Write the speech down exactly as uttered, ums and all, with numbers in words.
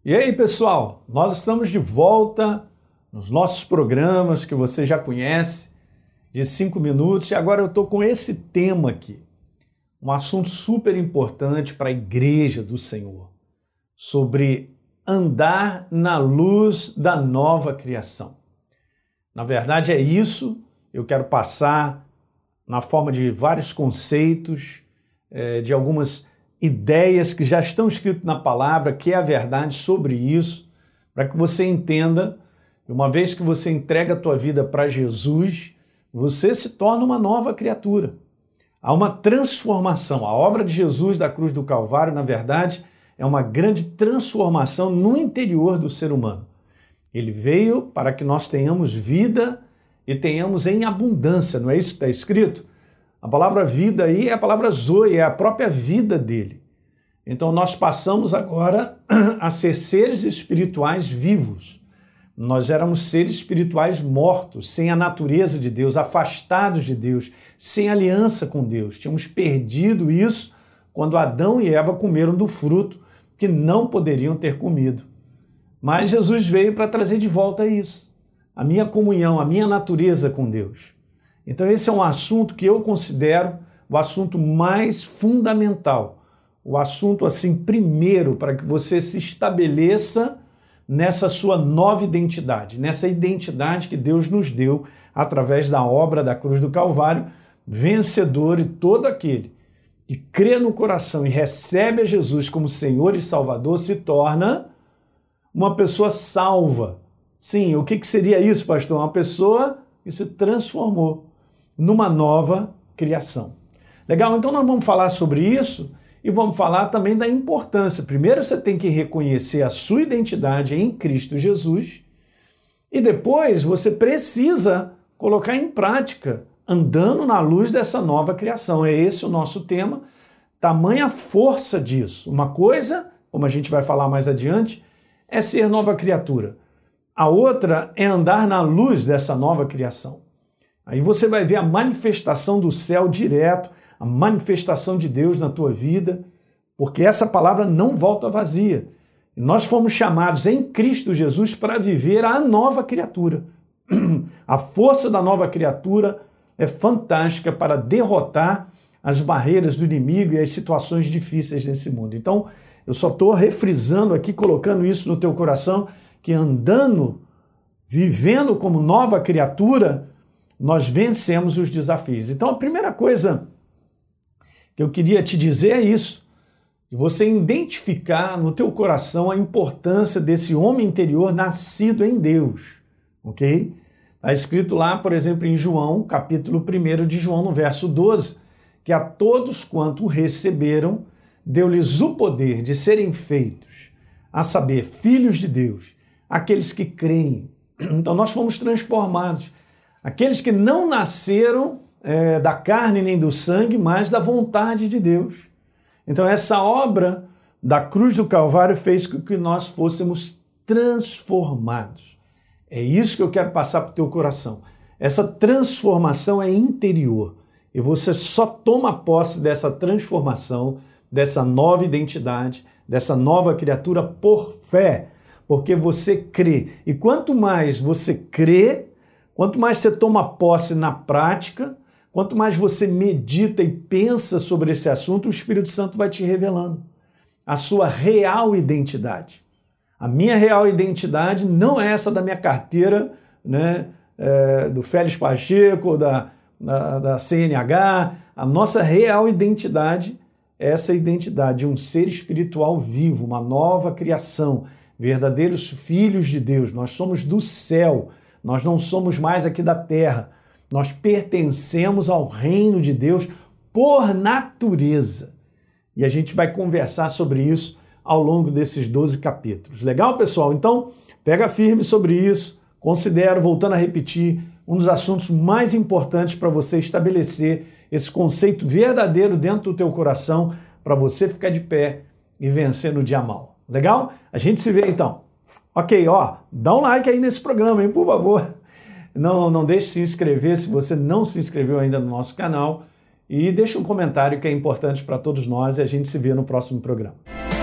E aí, pessoal, nós estamos de volta nos nossos programas que você já conhece, de cinco minutos, e agora eu estou com esse tema aqui, um assunto super importante para a igreja do Senhor, sobre andar na luz da nova criação. Na verdade é isso, eu quero passar na forma de vários conceitos, de algumas ideias que já estão escritas na palavra, que é a verdade sobre isso, para que você entenda, uma vez que você entrega a tua vida para Jesus, você se torna uma nova criatura. Há uma transformação. A obra de Jesus da cruz do Calvário, na verdade, é uma grande transformação no interior do ser humano. Ele veio para que nós tenhamos vida e tenhamos em abundância, não é isso que está escrito? A palavra vida aí é a palavra zoe, é a própria vida dele. Então nós passamos agora a ser seres espirituais vivos. Nós éramos seres espirituais mortos, sem a natureza de Deus, afastados de Deus, sem aliança com Deus. Tínhamos perdido isso quando Adão e Eva comeram do fruto que não poderiam ter comido. Mas Jesus veio para trazer de volta isso, a minha comunhão, a minha natureza com Deus. Então esse é um assunto que eu considero o assunto mais fundamental, o assunto assim primeiro para que você se estabeleça nessa sua nova identidade, nessa identidade que Deus nos deu através da obra da cruz do Calvário, vencedor, e todo aquele que crê no coração e recebe a Jesus como Senhor e Salvador se torna uma pessoa salva. Sim, o que seria isso, pastor? Uma pessoa que se transformou numa nova criação. Legal? Então nós vamos falar sobre isso e vamos falar também da importância. Primeiro você tem que reconhecer a sua identidade em Cristo Jesus e depois você precisa colocar em prática, andando na luz dessa nova criação. É esse o nosso tema, tamanha força disso. Uma coisa, como a gente vai falar mais adiante, é ser nova criatura. A outra é andar na luz dessa nova criação. Aí você vai ver a manifestação do céu direto, a manifestação de Deus na tua vida, porque essa palavra não volta vazia. E nós fomos chamados em Cristo Jesus para viver a nova criatura. A força da nova criatura é fantástica para derrotar as barreiras do inimigo e as situações difíceis desse mundo. Então, eu só estou refrisando aqui, colocando isso no teu coração, que andando, vivendo como nova criatura, nós vencemos os desafios. Então, a primeira coisa que eu queria te dizer é isso, de você identificar no teu coração a importância desse homem interior nascido em Deus, ok? Está escrito lá, por exemplo, em João, capítulo primeiro de João, no verso doze, que a todos quanto receberam, deu-lhes o poder de serem feitos, a saber, filhos de Deus, aqueles que creem. Então nós fomos transformados. Aqueles que não nasceram é, da carne nem do sangue, mas da vontade de Deus. Então essa obra da cruz do Calvário fez com que nós fôssemos transformados. É isso que eu quero passar para o teu coração. Essa transformação é interior. E você só toma posse dessa transformação, dessa nova identidade, dessa nova criatura por fé. Porque você crê. E quanto mais você crê, quanto mais você toma posse na prática, quanto mais você medita e pensa sobre esse assunto, o Espírito Santo vai te revelando a sua real identidade. A minha real identidade não é essa da minha carteira, né, é, do Félix Pacheco, da, da, da C N H. A nossa real identidade é essa identidade de um ser espiritual vivo, uma nova criação, verdadeiros filhos de Deus. Nós somos do céu. Nós não somos mais aqui da terra. Nós pertencemos ao reino de Deus por natureza. E a gente vai conversar sobre isso ao longo desses doze capítulos. Legal, pessoal? Então, pega firme sobre isso. Considero, voltando a repetir, um dos assuntos mais importantes para você estabelecer esse conceito verdadeiro dentro do teu coração para você ficar de pé e vencer no dia mal. Legal? A gente se vê então. Ok, ó, dá um like aí nesse programa, hein, por favor. Não, não deixe de se inscrever se você não se inscreveu ainda no nosso canal e deixa um comentário que é importante para todos nós e a gente se vê no próximo programa.